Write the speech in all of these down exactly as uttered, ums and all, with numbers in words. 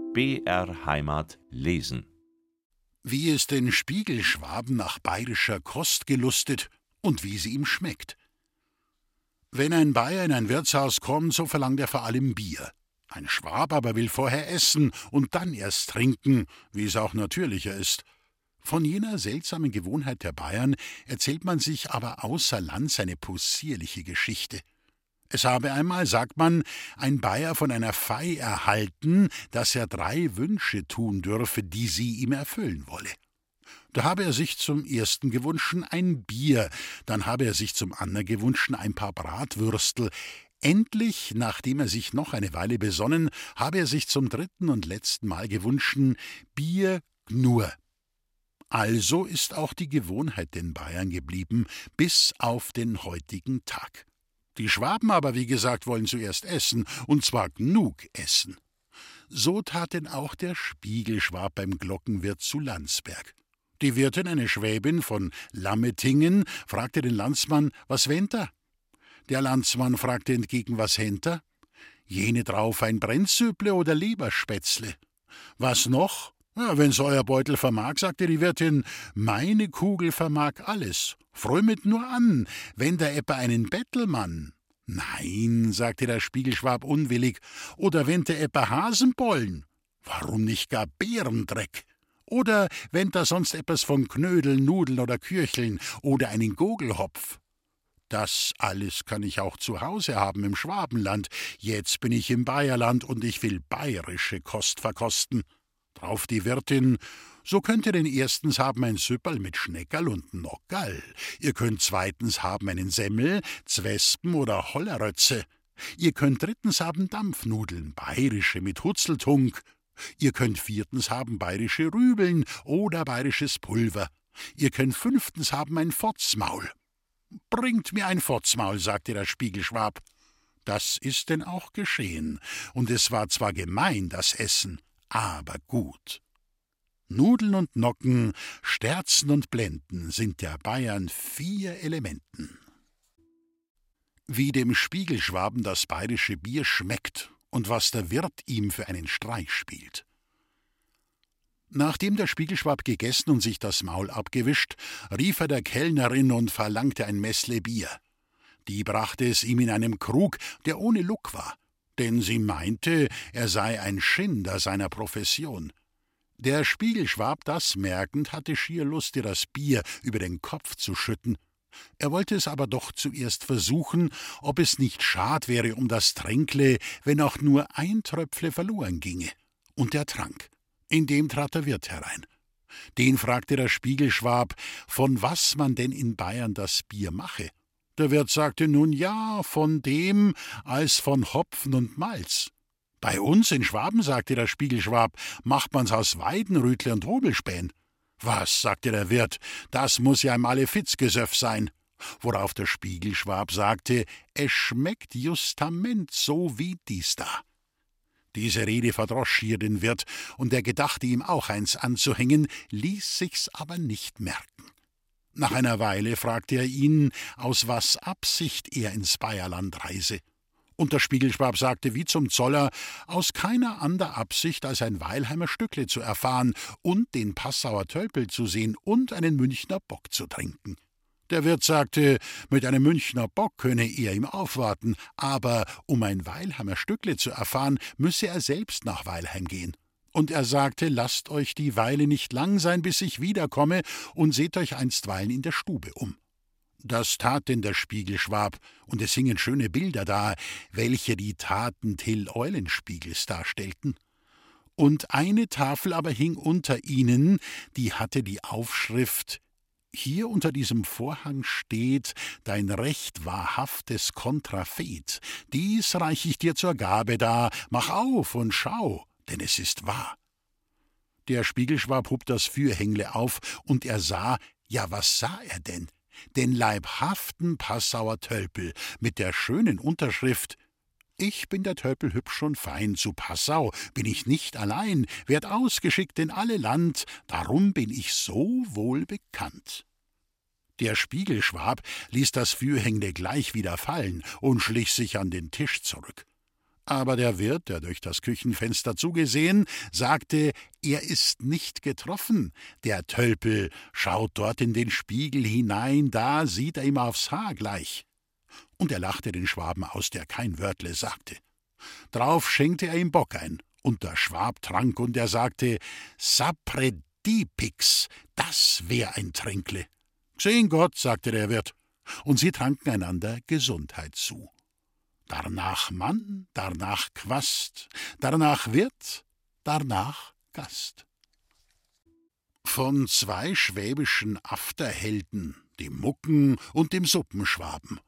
B R Heimat lesen. Wie es den Spiegelschwaben nach bayerischer Kost gelustet und wie sie ihm schmeckt. Wenn ein Bayer in ein Wirtshaus kommt, so verlangt er vor allem Bier. Ein Schwab aber will vorher essen und dann erst trinken, wie es auch natürlicher ist. Von jener seltsamen Gewohnheit der Bayern erzählt man sich aber außer Lands eine possierliche Geschichte. Es habe einmal, sagt man, ein Bayer von einer Fei erhalten, dass er drei Wünsche tun dürfe, die sie ihm erfüllen wolle. Da habe er sich zum ersten gewünschen ein Bier, dann habe er sich zum anderen gewünschen ein paar Bratwürstel. Endlich, nachdem er sich noch eine Weile besonnen, habe er sich zum dritten und letzten Mal gewünschen Bier gnur. Also ist auch die Gewohnheit den Bayern geblieben, bis auf den heutigen Tag. Die Schwaben aber, wie gesagt, wollen zuerst essen, und zwar genug essen. So tat denn auch der Spiegelschwab beim Glockenwirt zu Landsberg. Die Wirtin, eine Schwäbin von Lammetingen, fragte den Landsmann, was wennt er? Der Landsmann fragte entgegen, was hennt er? Jene drauf ein Brennzüble oder Leberspätzle. Was noch? Ja, wenn's euer Beutel vermag, sagte die Wirtin, meine Kugel vermag alles. Frömet nur an, wenn da etwa einen Bettelmann. Nein, sagte der Spiegelschwab unwillig, oder wenn da etwa Hasenbollen. Warum nicht gar Bärendreck? Oder wenn da sonst etwas von Knödeln, Nudeln oder Kürcheln oder einen Gogelhopf. Das alles kann ich auch zu Hause haben im Schwabenland. Jetzt bin ich im Bayerland und ich will bayerische Kost verkosten. Drauf die Wirtin, so könnt ihr denn erstens haben ein Süpperl mit Schneckerl und Nockerl. Ihr könnt zweitens haben einen Semmel, Zwespen oder Hollerötze. Ihr könnt drittens haben Dampfnudeln, bayerische mit Hutzeltunk. Ihr könnt viertens haben bayerische Rübeln oder bayerisches Pulver. Ihr könnt fünftens haben ein Fotzmaul. »Bringt mir ein Fotzmaul«, sagte der Spiegelschwab. Das ist denn auch geschehen, und es war zwar gemein, das Essen, aber gut. Nudeln und Nocken, Sterzen und Blenden sind der Bayern vier Elementen. Wie dem Spiegelschwaben das bayerische Bier schmeckt und was der Wirt ihm für einen Streich spielt. Nachdem der Spiegelschwab gegessen und sich das Maul abgewischt, rief er der Kellnerin und verlangte ein Messle Bier. Die brachte es ihm in einem Krug, der ohne Luck war, denn sie meinte, er sei ein Schinder seiner Profession. Der Spiegelschwab, das merkend, hatte schier Lust, ihr das Bier über den Kopf zu schütten. Er wollte es aber doch zuerst versuchen, ob es nicht schad wäre um das Tränkle, wenn auch nur ein Tröpfle verloren ginge. Und er trank. Indem trat der Wirt herein. Den fragte der Spiegelschwab, von was man denn in Bayern das Bier mache. Der Wirt sagte nun ja, von dem als von Hopfen und Malz. Bei uns in Schwaben, sagte der Spiegelschwab, macht man's aus Weidenrütle und Hobelspähen. Was, sagte der Wirt, das muß ja ein Malefiz-Gesöff sein. Worauf der Spiegelschwab sagte, es schmeckt justament so wie dies da. Diese Rede verdroß schier den Wirt, und er gedachte ihm auch eins anzuhängen, ließ sich's aber nicht merken. Nach einer Weile fragte er ihn, aus was Absicht er ins Bayerland reise. Und der Spiegelschwab sagte wie zum Zoller, aus keiner ander Absicht, als ein Weilheimer Stückle zu erfahren und den Passauer Tölpel zu sehen und einen Münchner Bock zu trinken. Der Wirt sagte, mit einem Münchner Bock könne er ihm aufwarten, aber um ein Weilheimer Stückle zu erfahren, müsse er selbst nach Weilheim gehen. Und er sagte, lasst euch die Weile nicht lang sein, bis ich wiederkomme, und seht euch einstweilen in der Stube um. Das tat denn der Spiegelschwab, und es hingen schöne Bilder da, welche die Taten Till Eulenspiegels darstellten. Und eine Tafel aber hing unter ihnen, die hatte die Aufschrift: Hier unter diesem Vorhang steht dein recht wahrhaftes Kontrafet. Dies reich ich dir zur Gabe dar, mach auf und schau, denn es ist wahr. Der Spiegelschwab hob das Fürhängle auf, und er sah, ja, was sah er denn? Den leibhaften Passauer Tölpel mit der schönen Unterschrift: Ich bin der Tölpel hübsch und fein, zu Passau bin ich nicht allein, werd ausgeschickt in alle Land, darum bin ich so wohl bekannt. Der Spiegelschwab ließ das Fürhängle gleich wieder fallen und schlich sich an den Tisch zurück. Aber der Wirt, der durch das Küchenfenster zugesehen, sagte, er ist nicht getroffen. Der Tölpel schaut dort in den Spiegel hinein, da sieht er ihm aufs Haar gleich. Und er lachte den Schwaben aus, der kein Wörtle sagte. Drauf schenkte er ihm Bock ein, und der Schwab trank, und er sagte, Sapre dipix, das wär ein Tränkle. Gsehen Gott, sagte der Wirt, und sie tranken einander Gesundheit zu. Darnach Mann, darnach Quast, darnach Wirt, darnach Gast. Von zwei schwäbischen Afterhelden, dem Mucken und dem Suppenschwaben.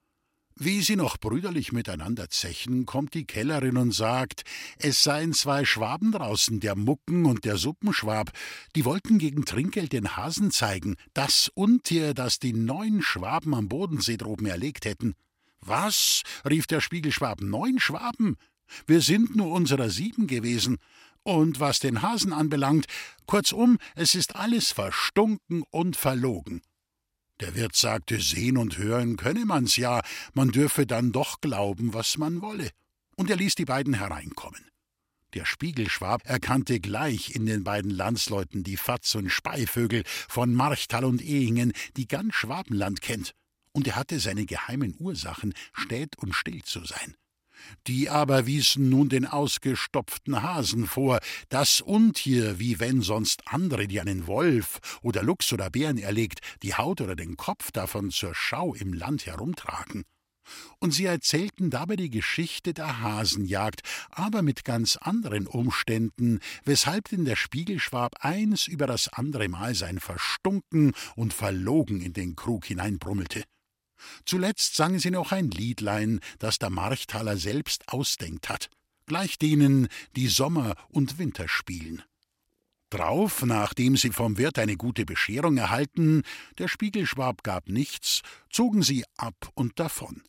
Wie sie noch brüderlich miteinander zechen, kommt die Kellerin und sagt, es seien zwei Schwaben draußen, der Mucken und der Suppenschwab, die wollten gegen Trinkgeld den Hasen zeigen, das Untier, das die neun Schwaben am Bodensee droben erlegt hätten. »Was?« rief der Spiegelschwab, »neun Schwaben? Wir sind nur unserer sieben gewesen. Und was den Hasen anbelangt, kurzum, es ist alles verstunken und verlogen.« Der Wirt sagte, sehen und hören könne man's ja, man dürfe dann doch glauben, was man wolle. Und er ließ die beiden hereinkommen. Der Spiegelschwab erkannte gleich in den beiden Landsleuten die Fatz und Speivögel von Marchtal und Ehingen, die ganz Schwabenland kennt. Und er hatte seine geheimen Ursachen, stät und still zu sein. Die aber wiesen nun den ausgestopften Hasen vor, das Untier, wie wenn sonst andere, die einen Wolf oder Luchs oder Bären erlegt, die Haut oder den Kopf davon zur Schau im Land herumtragen. Und sie erzählten dabei die Geschichte der Hasenjagd, aber mit ganz anderen Umständen, weshalb denn der Spiegelschwab eins über das andere Mal sein Verstunken und Verlogen in den Krug hineinbrummelte. Zuletzt sangen sie noch ein Liedlein, das der Marchtaler selbst ausdenkt hat, gleich denen, die Sommer und Winter spielen. Drauf, nachdem sie vom Wirt eine gute Bescherung erhalten, der Spiegelschwab gab nichts, zogen sie ab und davon.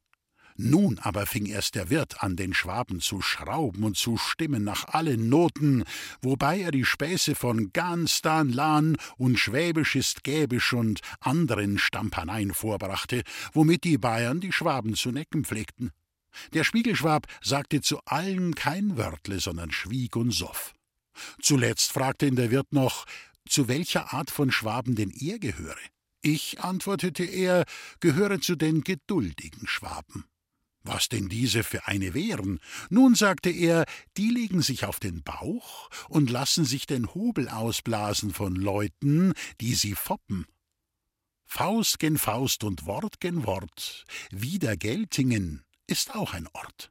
Nun aber fing erst der Wirt an, den Schwaben zu schrauben und zu stimmen nach allen Noten, wobei er die Späße von Gans, Dan, Lahn und Schwäbisch ist Gäbisch und anderen Stamperneien vorbrachte, womit die Bayern die Schwaben zu necken pflegten. Der Spiegelschwab sagte zu allen kein Wörtle, sondern schwieg und soff. Zuletzt fragte ihn der Wirt noch, zu welcher Art von Schwaben denn er gehöre. Ich, antwortete er, gehöre zu den geduldigen Schwaben. Was denn diese für eine wären? Nun, sagte er, die legen sich auf den Bauch und lassen sich den Hobel ausblasen von Leuten, die sie foppen. Faust gen Faust und Wort gen Wort, wieder Geltingen ist auch ein Ort.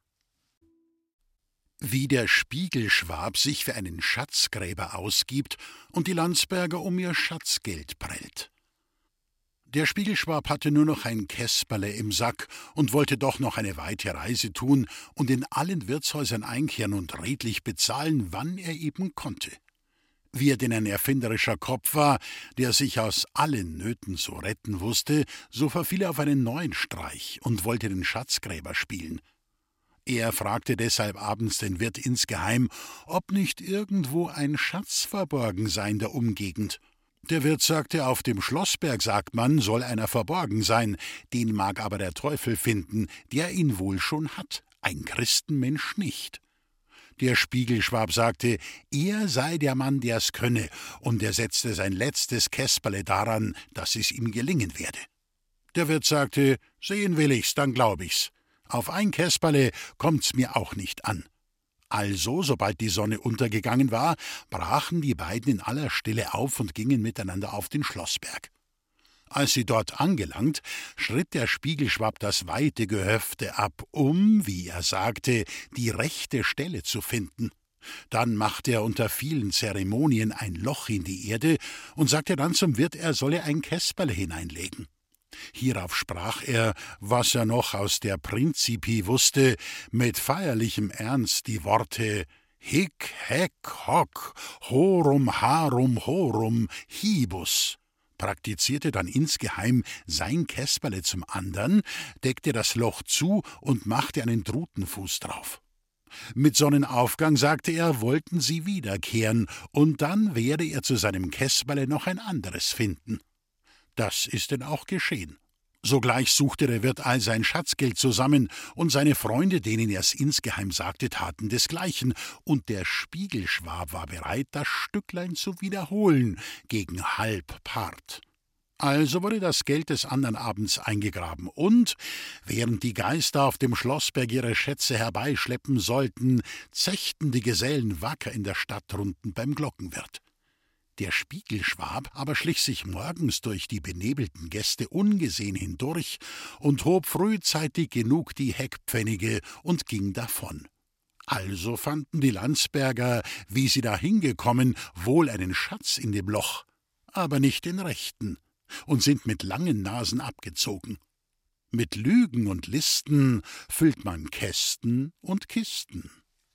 Wie der Spiegelschwab sich für einen Schatzgräber ausgibt und die Landsberger um ihr Schatzgeld prellt. Der Spiegelschwab hatte nur noch ein Käsperle im Sack und wollte doch noch eine weite Reise tun und in allen Wirtshäusern einkehren und redlich bezahlen, wann er eben konnte. Wie er denn ein erfinderischer Kopf war, der sich aus allen Nöten zu retten wusste, so verfiel er auf einen neuen Streich und wollte den Schatzgräber spielen. Er fragte deshalb abends den Wirt insgeheim, ob nicht irgendwo ein Schatz verborgen sei in der Umgegend. Der Wirt sagte, auf dem Schlossberg, sagt man, soll einer verborgen sein, den mag aber der Teufel finden, der ihn wohl schon hat, ein Christenmensch nicht. Der Spiegelschwab sagte, er sei der Mann, der's könne, und er setzte sein letztes Käsperle daran, dass es ihm gelingen werde. Der Wirt sagte, sehen will ich's, dann glaub ich's. Auf ein Käsperle kommt's mir auch nicht an. Also, sobald die Sonne untergegangen war, brachen die beiden in aller Stille auf und gingen miteinander auf den Schlossberg. Als sie dort angelangt, schritt der Spiegelschwab das weite Gehöfte ab, um, wie er sagte, die rechte Stelle zu finden. Dann machte er unter vielen Zeremonien ein Loch in die Erde und sagte dann zum Wirt, er solle ein Käsperle hineinlegen. Hierauf sprach er, was er noch aus der Principi wusste, mit feierlichem Ernst die Worte Hic, Hec, Hoc, Horum, Harum, Horum, Hibus, praktizierte dann insgeheim sein Käsperle zum andern, deckte das Loch zu und machte einen Drutenfuß drauf. Mit Sonnenaufgang, sagte er, wollten sie wiederkehren, und dann werde er zu seinem Käsperle noch ein anderes finden. Das ist denn auch geschehen. Sogleich suchte der Wirt all sein Schatzgeld zusammen, und seine Freunde, denen er's insgeheim sagte, taten desgleichen, und der Spiegelschwab war bereit, das Stücklein zu wiederholen, gegen halb Part. Also wurde das Geld des andern Abends eingegraben, und, während die Geister auf dem Schlossberg ihre Schätze herbeischleppen sollten, zechten die Gesellen wacker in der Stadtrunden beim Glockenwirt. Der Spiegelschwab aber schlich sich morgens durch die benebelten Gäste ungesehen hindurch und hob frühzeitig genug die Heckpfennige und ging davon. Also fanden die Landsberger, wie sie da hingekommen, wohl einen Schatz in dem Loch, aber nicht den rechten, und sind mit langen Nasen abgezogen. Mit Lügen und Listen füllt man Kästen und Kisten.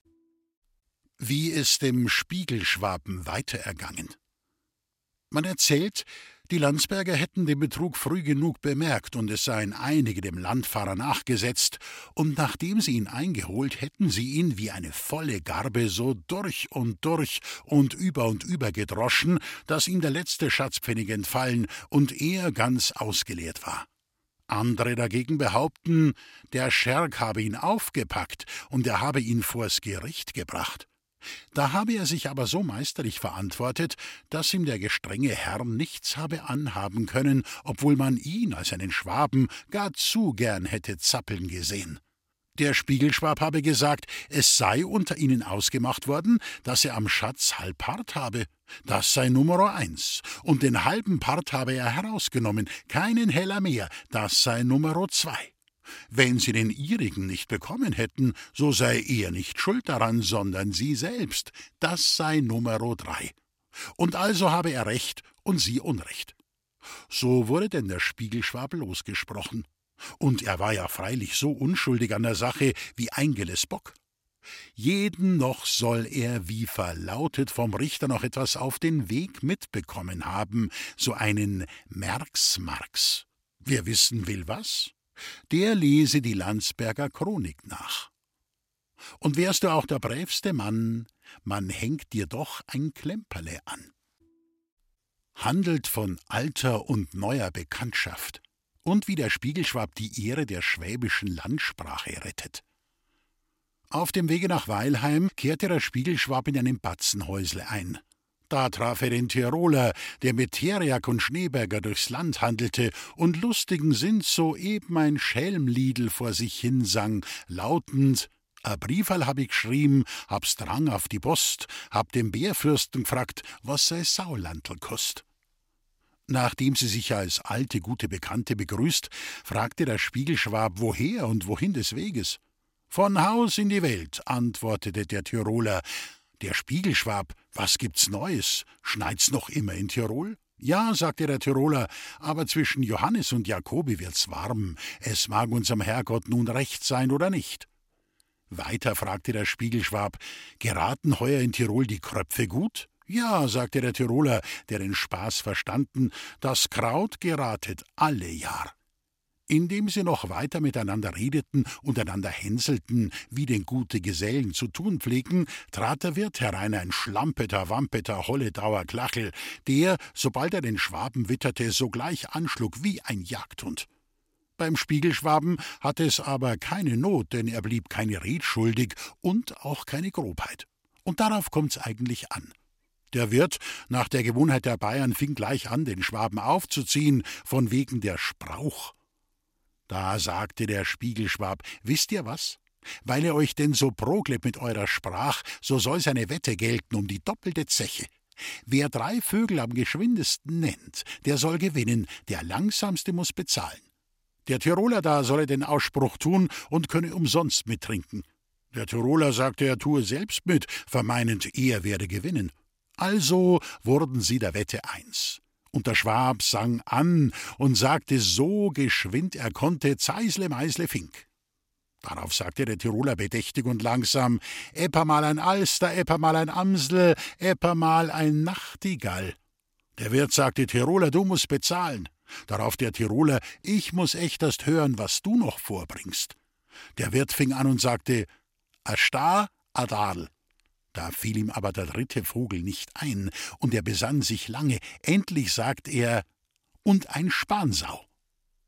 Wie ist dem Spiegelschwaben weiter ergangen? Man erzählt, die Landsberger hätten den Betrug früh genug bemerkt, und es seien einige dem Landfahrer nachgesetzt, und nachdem sie ihn eingeholt, hätten sie ihn wie eine volle Garbe so durch und durch und über und über gedroschen, dass ihm der letzte Schatzpfennig entfallen und er ganz ausgeleert war. Andere dagegen behaupten, der Scherk habe ihn aufgepackt und er habe ihn vors Gericht gebracht. Da habe er sich aber so meisterlich verantwortet, dass ihm der gestrenge Herr nichts habe anhaben können, obwohl man ihn als einen Schwaben gar zu gern hätte zappeln gesehen. Der Spiegelschwab habe gesagt, es sei unter ihnen ausgemacht worden, dass er am Schatz halb Part habe. Das sei Nummer eins, und den halben Part habe er herausgenommen, keinen Heller mehr, das sei Nummer zwei. Wenn sie den ihrigen nicht bekommen hätten, so sei er nicht schuld daran, sondern sie selbst. Das sei Nummer drei. Und also habe er Recht und sie Unrecht. So wurde denn der Spiegelschwab losgesprochen. Und er war ja freilich so unschuldig an der Sache wie Eingeles Bock. Jeden noch soll er, wie verlautet, vom Richter noch etwas auf den Weg mitbekommen haben, so einen Merksmarks. Wer wissen will was, der lese die Landsberger Chronik nach. Und wärst du auch der brävste Mann, man hängt dir doch ein Klemperle an. Handelt von alter und neuer Bekanntschaft und wie der Spiegelschwab die Ehre der schwäbischen Landsprache rettet. Auf dem Wege nach Weilheim kehrte der Spiegelschwab in einem Batzenhäusle ein. Da traf er den Tiroler, der mit Teriak und Schneeberger durchs Land handelte und lustigen Sinns soeben ein Schelmliedl vor sich hinsang, lautend: »A Brieferl hab ich geschrieben, hab's drang auf die Post, hab dem Bärfürsten gefragt, was sei Saulandl kost.« Nachdem sie sich als alte, gute Bekannte begrüßt, fragte der Spiegelschwab, woher und wohin des Weges. »Von Haus in die Welt«, antwortete der Tiroler. Der Spiegelschwab: »Was gibt's Neues? Schneit's noch immer in Tirol?« »Ja«, sagte der Tiroler, »aber zwischen Johannes und Jakobi wird's warm. Es mag unserem Herrgott nun recht sein oder nicht.« Weiter fragte der Spiegelschwab: »Geraten heuer in Tirol die Kröpfe gut?« »Ja«, sagte der Tiroler, der den Spaß verstanden, »das Kraut geratet alle Jahr.« Indem sie noch weiter miteinander redeten und einander hänselten, wie denn gute Gesellen zu tun pflegen, trat der Wirt herein, ein schlampeter, wampeter, Holledauer Klachel, der, sobald er den Schwaben witterte, sogleich anschlug wie ein Jagdhund. Beim Spiegelschwaben hatte es aber keine Not, denn er blieb keine Red schuldig und auch keine Grobheit. Und darauf kommt's eigentlich an. Der Wirt, nach der Gewohnheit der Bayern, fing gleich an, den Schwaben aufzuziehen, von wegen der Sprauch. Da sagte der Spiegelschwab: »Wisst ihr was? Weil ihr euch denn so proglet mit eurer Sprach, so soll seine Wette gelten um die doppelte Zeche. Wer drei Vögel am geschwindesten nennt, der soll gewinnen, der langsamste muß bezahlen. Der Tiroler da solle den Ausspruch tun und könne umsonst mittrinken.« Der Tiroler sagte, er tue selbst mit, vermeinend, er werde gewinnen. Also wurden sie der Wette eins. Und der Schwab sang an und sagte so geschwind er konnte: »Zeisle, Meisle, Fink.« Darauf sagte der Tiroler bedächtig und langsam: »Eppermal ein Alster, eppermal ein Amsel, eppermal ein Nachtigall.« Der Wirt sagte: »Tiroler, du musst bezahlen.« Darauf der Tiroler: »Ich muß echt erst hören, was du noch vorbringst.« Der Wirt fing an und sagte: »A Star, a Dadl.« Da fiel ihm aber der dritte Vogel nicht ein, und er besann sich lange. Endlich sagt er: »Und ein Spansau.«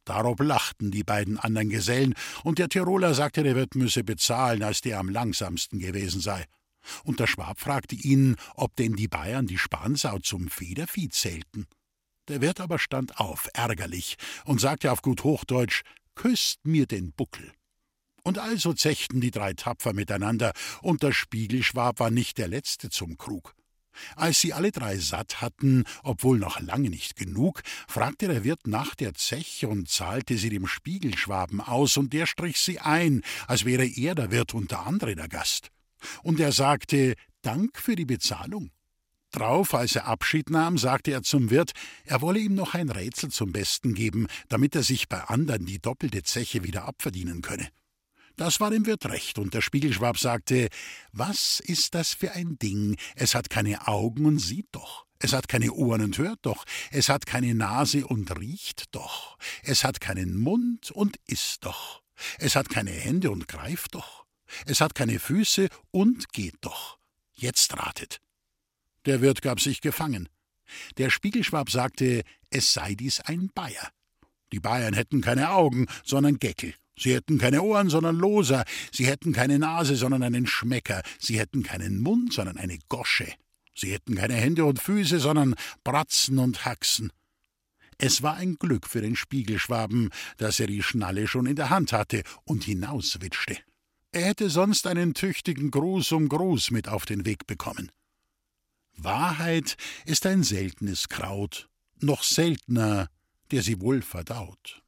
Darob lachten die beiden anderen Gesellen, und der Tiroler sagte, der Wirt müsse bezahlen, als der am langsamsten gewesen sei. Und der Schwab fragte ihn, ob denn die Bayern die Spansau zum Federvieh zählten. Der Wirt aber stand auf, ärgerlich, und sagte auf gut Hochdeutsch, »Küsst mir den Buckel.« Und also zechten die drei tapfer miteinander, und der Spiegelschwab war nicht der Letzte zum Krug. Als sie alle drei satt hatten, obwohl noch lange nicht genug, fragte der Wirt nach der Zeche und zahlte sie dem Spiegelschwaben aus, und der strich sie ein, als wäre er der Wirt und der andere der Gast. Und er sagte, »Dank für die Bezahlung.« Drauf, als er Abschied nahm, sagte er zum Wirt, er wolle ihm noch ein Rätsel zum Besten geben, damit er sich bei anderen die doppelte Zeche wieder abverdienen könne. Das war dem Wirt recht, und der Spiegelschwab sagte, »Was ist das für ein Ding? Es hat keine Augen und sieht doch. Es hat keine Ohren und hört doch. Es hat keine Nase und riecht doch. Es hat keinen Mund und isst doch. Es hat keine Hände und greift doch. Es hat keine Füße und geht doch. Jetzt ratet.« Der Wirt gab sich gefangen. Der Spiegelschwab sagte, es sei dies ein Bayer. Die Bayern hätten keine Augen, sondern Geckel. Sie hätten keine Ohren, sondern Loser. Sie hätten keine Nase, sondern einen Schmecker. Sie hätten keinen Mund, sondern eine Gosche. Sie hätten keine Hände und Füße, sondern Bratzen und Haxen. Es war ein Glück für den Spiegelschwaben, dass er die Schnalle schon in der Hand hatte und hinauswitschte. Er hätte sonst einen tüchtigen Gruß um Gruß mit auf den Weg bekommen. Wahrheit ist ein seltenes Kraut, noch seltener, der sie wohl verdaut.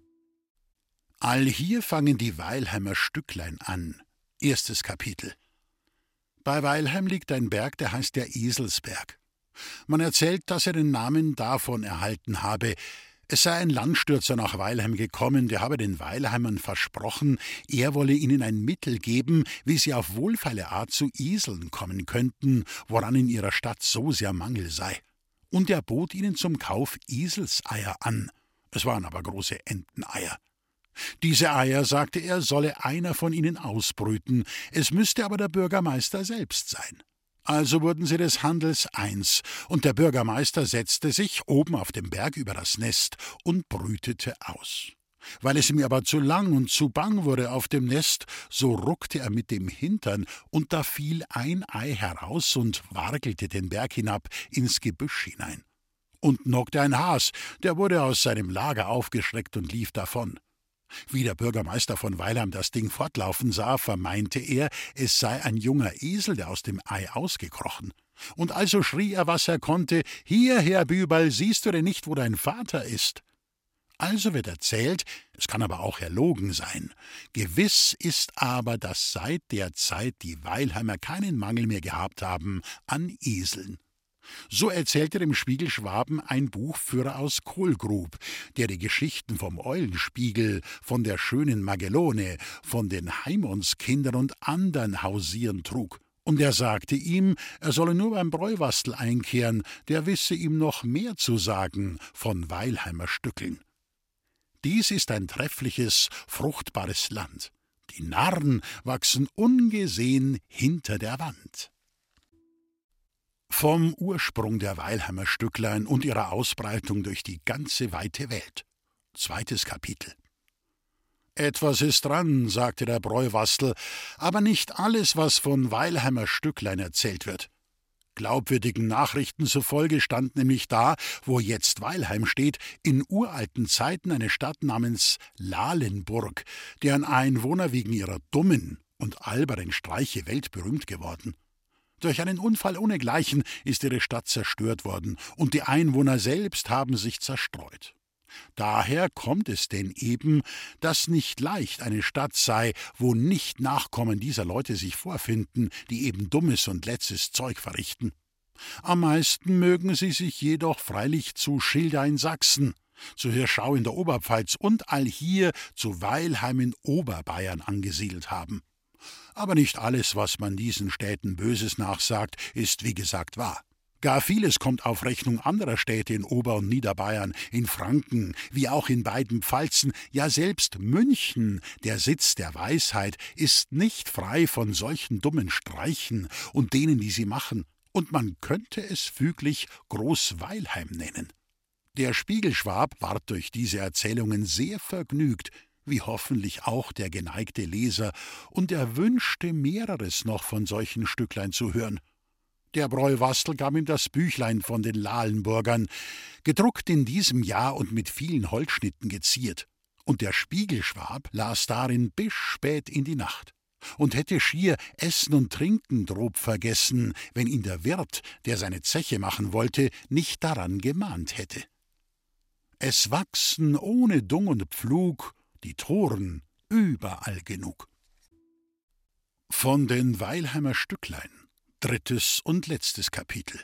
Allhier fangen die Weilheimer Stücklein an. Erstes Kapitel. Bei Weilheim liegt ein Berg, der heißt der Eselsberg. Man erzählt, dass er den Namen davon erhalten habe. Es sei ein Landstürzer nach Weilheim gekommen, der habe den Weilheimern versprochen, er wolle ihnen ein Mittel geben, wie sie auf wohlfeile Art zu Eseln kommen könnten, woran in ihrer Stadt so sehr Mangel sei. Und er bot ihnen zum Kauf Eselseier an. Es waren aber große Enteneier. Diese Eier, sagte er, solle einer von ihnen ausbrüten, es müsste aber der Bürgermeister selbst sein. Also wurden sie des Handels eins, und der Bürgermeister setzte sich oben auf dem Berg über das Nest und brütete aus. Weil es ihm aber zu lang und zu bang wurde auf dem Nest, so ruckte er mit dem Hintern, und da fiel ein Ei heraus und wargelte den Berg hinab ins Gebüsch hinein. Und nockte ein Has, der wurde aus seinem Lager aufgeschreckt und lief davon. Wie der Bürgermeister von Weilheim das Ding fortlaufen sah, vermeinte er, es sei ein junger Esel, der aus dem Ei ausgekrochen. Und also schrie er, was er konnte, »Hierher, Büberl, siehst du denn nicht, wo dein Vater ist?« Also wird erzählt, es kann aber auch erlogen sein. Gewiss ist aber, dass seit der Zeit die Weilheimer keinen Mangel mehr gehabt haben an Eseln. So erzählte dem Spiegelschwaben ein Buchführer aus Kohlgrub, der die Geschichten vom Eulenspiegel, von der schönen Magellone, von den Heimondskindern und andern Hausieren trug. Und er sagte ihm, er solle nur beim Bräuwastl einkehren, der wisse ihm noch mehr zu sagen von Weilheimer Stückeln. Dies ist ein treffliches, fruchtbares Land. Die Narren wachsen ungesehen hinter der Wand. Vom Ursprung der Weilheimer Stücklein und ihrer Ausbreitung durch die ganze weite Welt. Zweites Kapitel. »Etwas ist dran«, sagte der Bräuwastl, »aber nicht alles, was von Weilheimer Stücklein erzählt wird. Glaubwürdigen Nachrichten zufolge stand nämlich da, wo jetzt Weilheim steht, in uralten Zeiten eine Stadt namens Lahlenburg, deren Einwohner wegen ihrer dummen und albernen Streiche weltberühmt geworden. Durch einen Unfall ohnegleichen ist ihre Stadt zerstört worden, und die Einwohner selbst haben sich zerstreut. Daher kommt es denn eben, dass nicht leicht eine Stadt sei, wo nicht Nachkommen dieser Leute sich vorfinden, die eben dummes und letztes Zeug verrichten. Am meisten mögen sie sich jedoch freilich zu Schilda in Sachsen, zu Hirschau in der Oberpfalz und allhier zu Weilheim in Oberbayern angesiedelt haben. Aber nicht alles, was man diesen Städten Böses nachsagt, ist wie gesagt wahr. Gar vieles kommt auf Rechnung anderer Städte in Ober- und Niederbayern, in Franken, wie auch in beiden Pfalzen, ja selbst München, der Sitz der Weisheit, ist nicht frei von solchen dummen Streichen und denen, die sie machen, und man könnte es füglich Großweilheim nennen. Der Spiegelschwab ward durch diese Erzählungen sehr vergnügt, wie hoffentlich auch der geneigte Leser, und er wünschte mehreres noch von solchen Stücklein zu hören. Der Bräuwastel gab ihm das Büchlein von den Lahlenburgern, gedruckt in diesem Jahr und mit vielen Holzschnitten geziert, und der Spiegelschwab las darin bis spät in die Nacht und hätte schier Essen und Trinken drob vergessen, wenn ihn der Wirt, der seine Zeche machen wollte, nicht daran gemahnt hätte. Es wachsen ohne Dung und Pflug die Toren überall genug. Von den Weilheimer Stücklein, drittes und letztes Kapitel.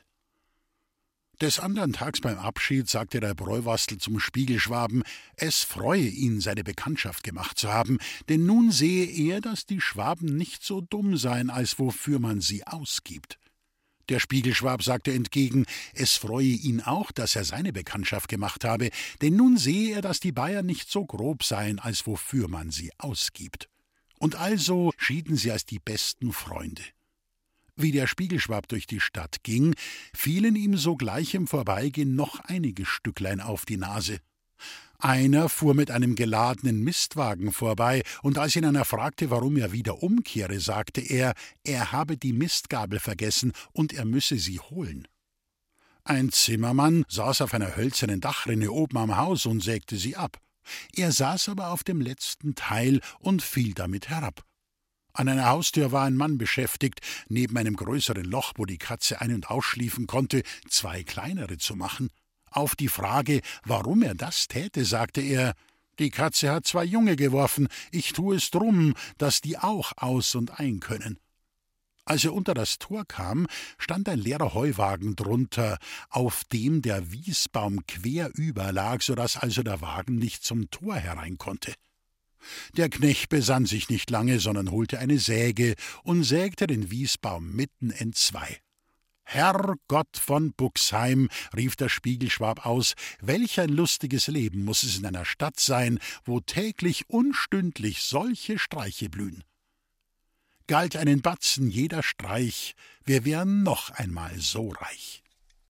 Des andern Tags beim Abschied sagte der Bräuwastel zum Spiegelschwaben, es freue ihn, seine Bekanntschaft gemacht zu haben, denn nun sehe er, dass die Schwaben nicht so dumm seien, als wofür man sie ausgibt. Der Spiegelschwab sagte entgegen, es freue ihn auch, dass er seine Bekanntschaft gemacht habe, denn nun sehe er, dass die Bayern nicht so grob seien, als wofür man sie ausgibt. Und also schieden sie als die besten Freunde. Wie der Spiegelschwab durch die Stadt ging, fielen ihm sogleich im Vorbeigehen noch einige Stücklein auf die Nase. Einer fuhr mit einem geladenen Mistwagen vorbei, und als ihn einer fragte, warum er wieder umkehre, sagte er, er habe die Mistgabel vergessen und er müsse sie holen. Ein Zimmermann saß auf einer hölzernen Dachrinne oben am Haus und sägte sie ab. Er saß aber auf dem letzten Teil und fiel damit herab. An einer Haustür war ein Mann beschäftigt, neben einem größeren Loch, wo die Katze ein- und ausschliefen konnte, zwei kleinere zu machen. Auf die Frage, warum er das täte, sagte er, die Katze hat zwei Junge geworfen, ich tue es drum, dass die auch aus und ein können. Als er unter das Tor kam, stand ein leerer Heuwagen drunter, auf dem der Wiesbaum quer überlag, so daß also der Wagen nicht zum Tor herein konnte. Der Knecht besann sich nicht lange, sondern holte eine Säge und sägte den Wiesbaum mitten entzwei. »Herrgott von Buxheim«, rief der Spiegelschwab aus, »welch ein lustiges Leben muß es in einer Stadt sein, wo täglich unstündlich solche Streiche blühen. Galt einen Batzen jeder Streich, wir wären noch einmal so reich.«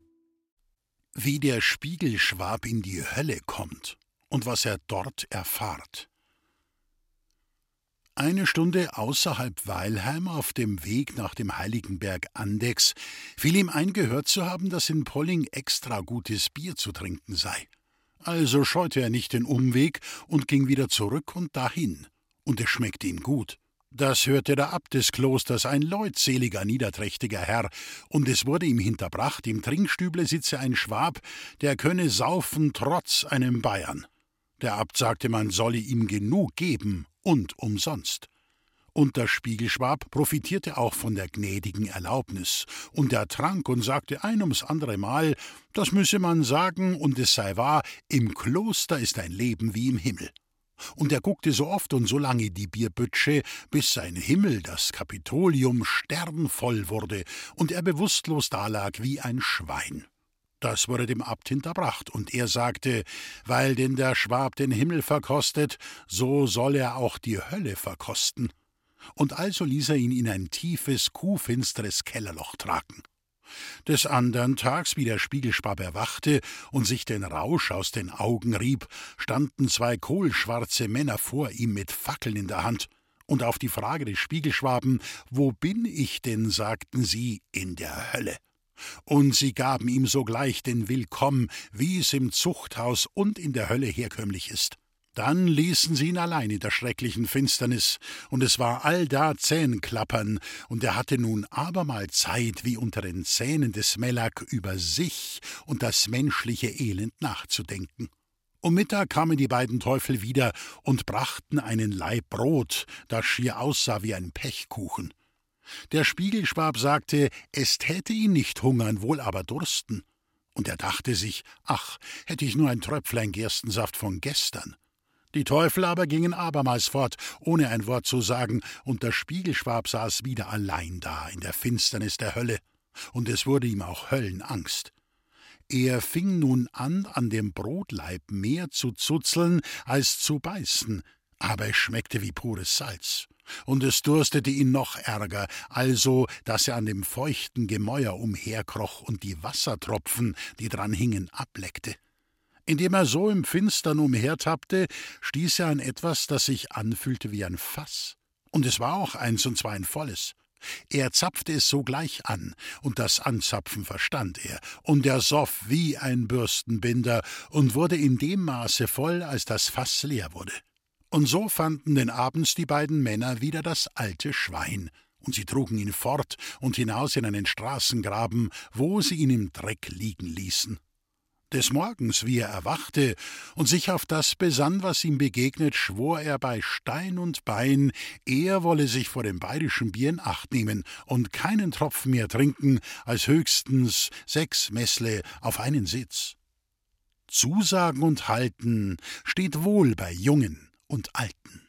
Wie der Spiegelschwab in die Hölle kommt und was er dort erfahrt. Eine Stunde außerhalb Weilheim auf dem Weg nach dem Heiligenberg Andechs fiel ihm ein, gehört zu haben, dass in Polling extra gutes Bier zu trinken sei. Also scheute er nicht den Umweg und ging wieder zurück und dahin. Und es schmeckte ihm gut. Das hörte der Abt des Klosters, ein leutseliger, niederträchtiger Herr, und es wurde ihm hinterbracht, im Trinkstüble sitze ein Schwab, der könne saufen trotz einem Bayern. Der Abt sagte, man solle ihm genug geben und umsonst. Und der Spiegelschwab profitierte auch von der gnädigen Erlaubnis, und er trank und sagte ein ums andere Mal, das müsse man sagen, und es sei wahr, im Kloster ist ein Leben wie im Himmel. Und er guckte so oft und so lange die Bierbütsche, bis sein Himmel, das Kapitolium, sternvoll wurde und er bewusstlos dalag wie ein Schwein. Das wurde dem Abt hinterbracht, und er sagte, weil denn der Schwab den Himmel verkostet, so soll er auch die Hölle verkosten. Und also ließ er ihn in ein tiefes, kuhfinsteres Kellerloch tragen. Des andern Tags, wie der Spiegelschwab erwachte und sich den Rausch aus den Augen rieb, standen zwei kohlschwarze Männer vor ihm mit Fackeln in der Hand. Und auf die Frage des Spiegelschwaben, »Wo bin ich denn?«, sagten sie, »in der Hölle.« Und sie gaben ihm sogleich den Willkomm, wie es im Zuchthaus und in der Hölle herkömmlich ist. Dann ließen sie ihn allein in der schrecklichen Finsternis, und es war allda Zähnklappern, und er hatte nun abermal Zeit, wie unter den Zähnen des Melak über sich und das menschliche Elend nachzudenken. Um Mittag kamen die beiden Teufel wieder und brachten einen Laib Brot, das schier aussah wie ein Pechkuchen. Der Spiegelschwab sagte, es täte ihn nicht hungern, wohl aber dursten. Und er dachte sich, ach, hätte ich nur ein Tröpflein Gerstensaft von gestern. Die Teufel aber gingen abermals fort, ohne ein Wort zu sagen, und der Spiegelschwab saß wieder allein da in der Finsternis der Hölle, und es wurde ihm auch Höllenangst. Er fing nun an, an dem Brotleib mehr zu zuzeln als zu beißen, aber es schmeckte wie pures Salz. Und es durstete ihn noch ärger, also, daß er an dem feuchten Gemäuer umherkroch und die Wassertropfen, die dran hingen, ableckte. Indem er so im Finstern umhertappte, stieß er an etwas, das sich anfühlte wie ein Fass. Und es war auch eins, und zwar ein volles. Er zapfte es sogleich an, und das Anzapfen verstand er, und er soff wie ein Bürstenbinder und wurde in dem Maße voll, als das Fass leer wurde. Und so fanden denn abends die beiden Männer wieder das alte Schwein, und sie trugen ihn fort und hinaus in einen Straßengraben, wo sie ihn im Dreck liegen ließen. Des Morgens, wie er erwachte und sich auf das besann, was ihm begegnet, schwor er bei Stein und Bein, er wolle sich vor dem bayerischen Bier in Acht nehmen und keinen Tropfen mehr trinken, als höchstens sechs Messle auf einen Sitz. Zusagen und Halten steht wohl bei Jungen und Alten.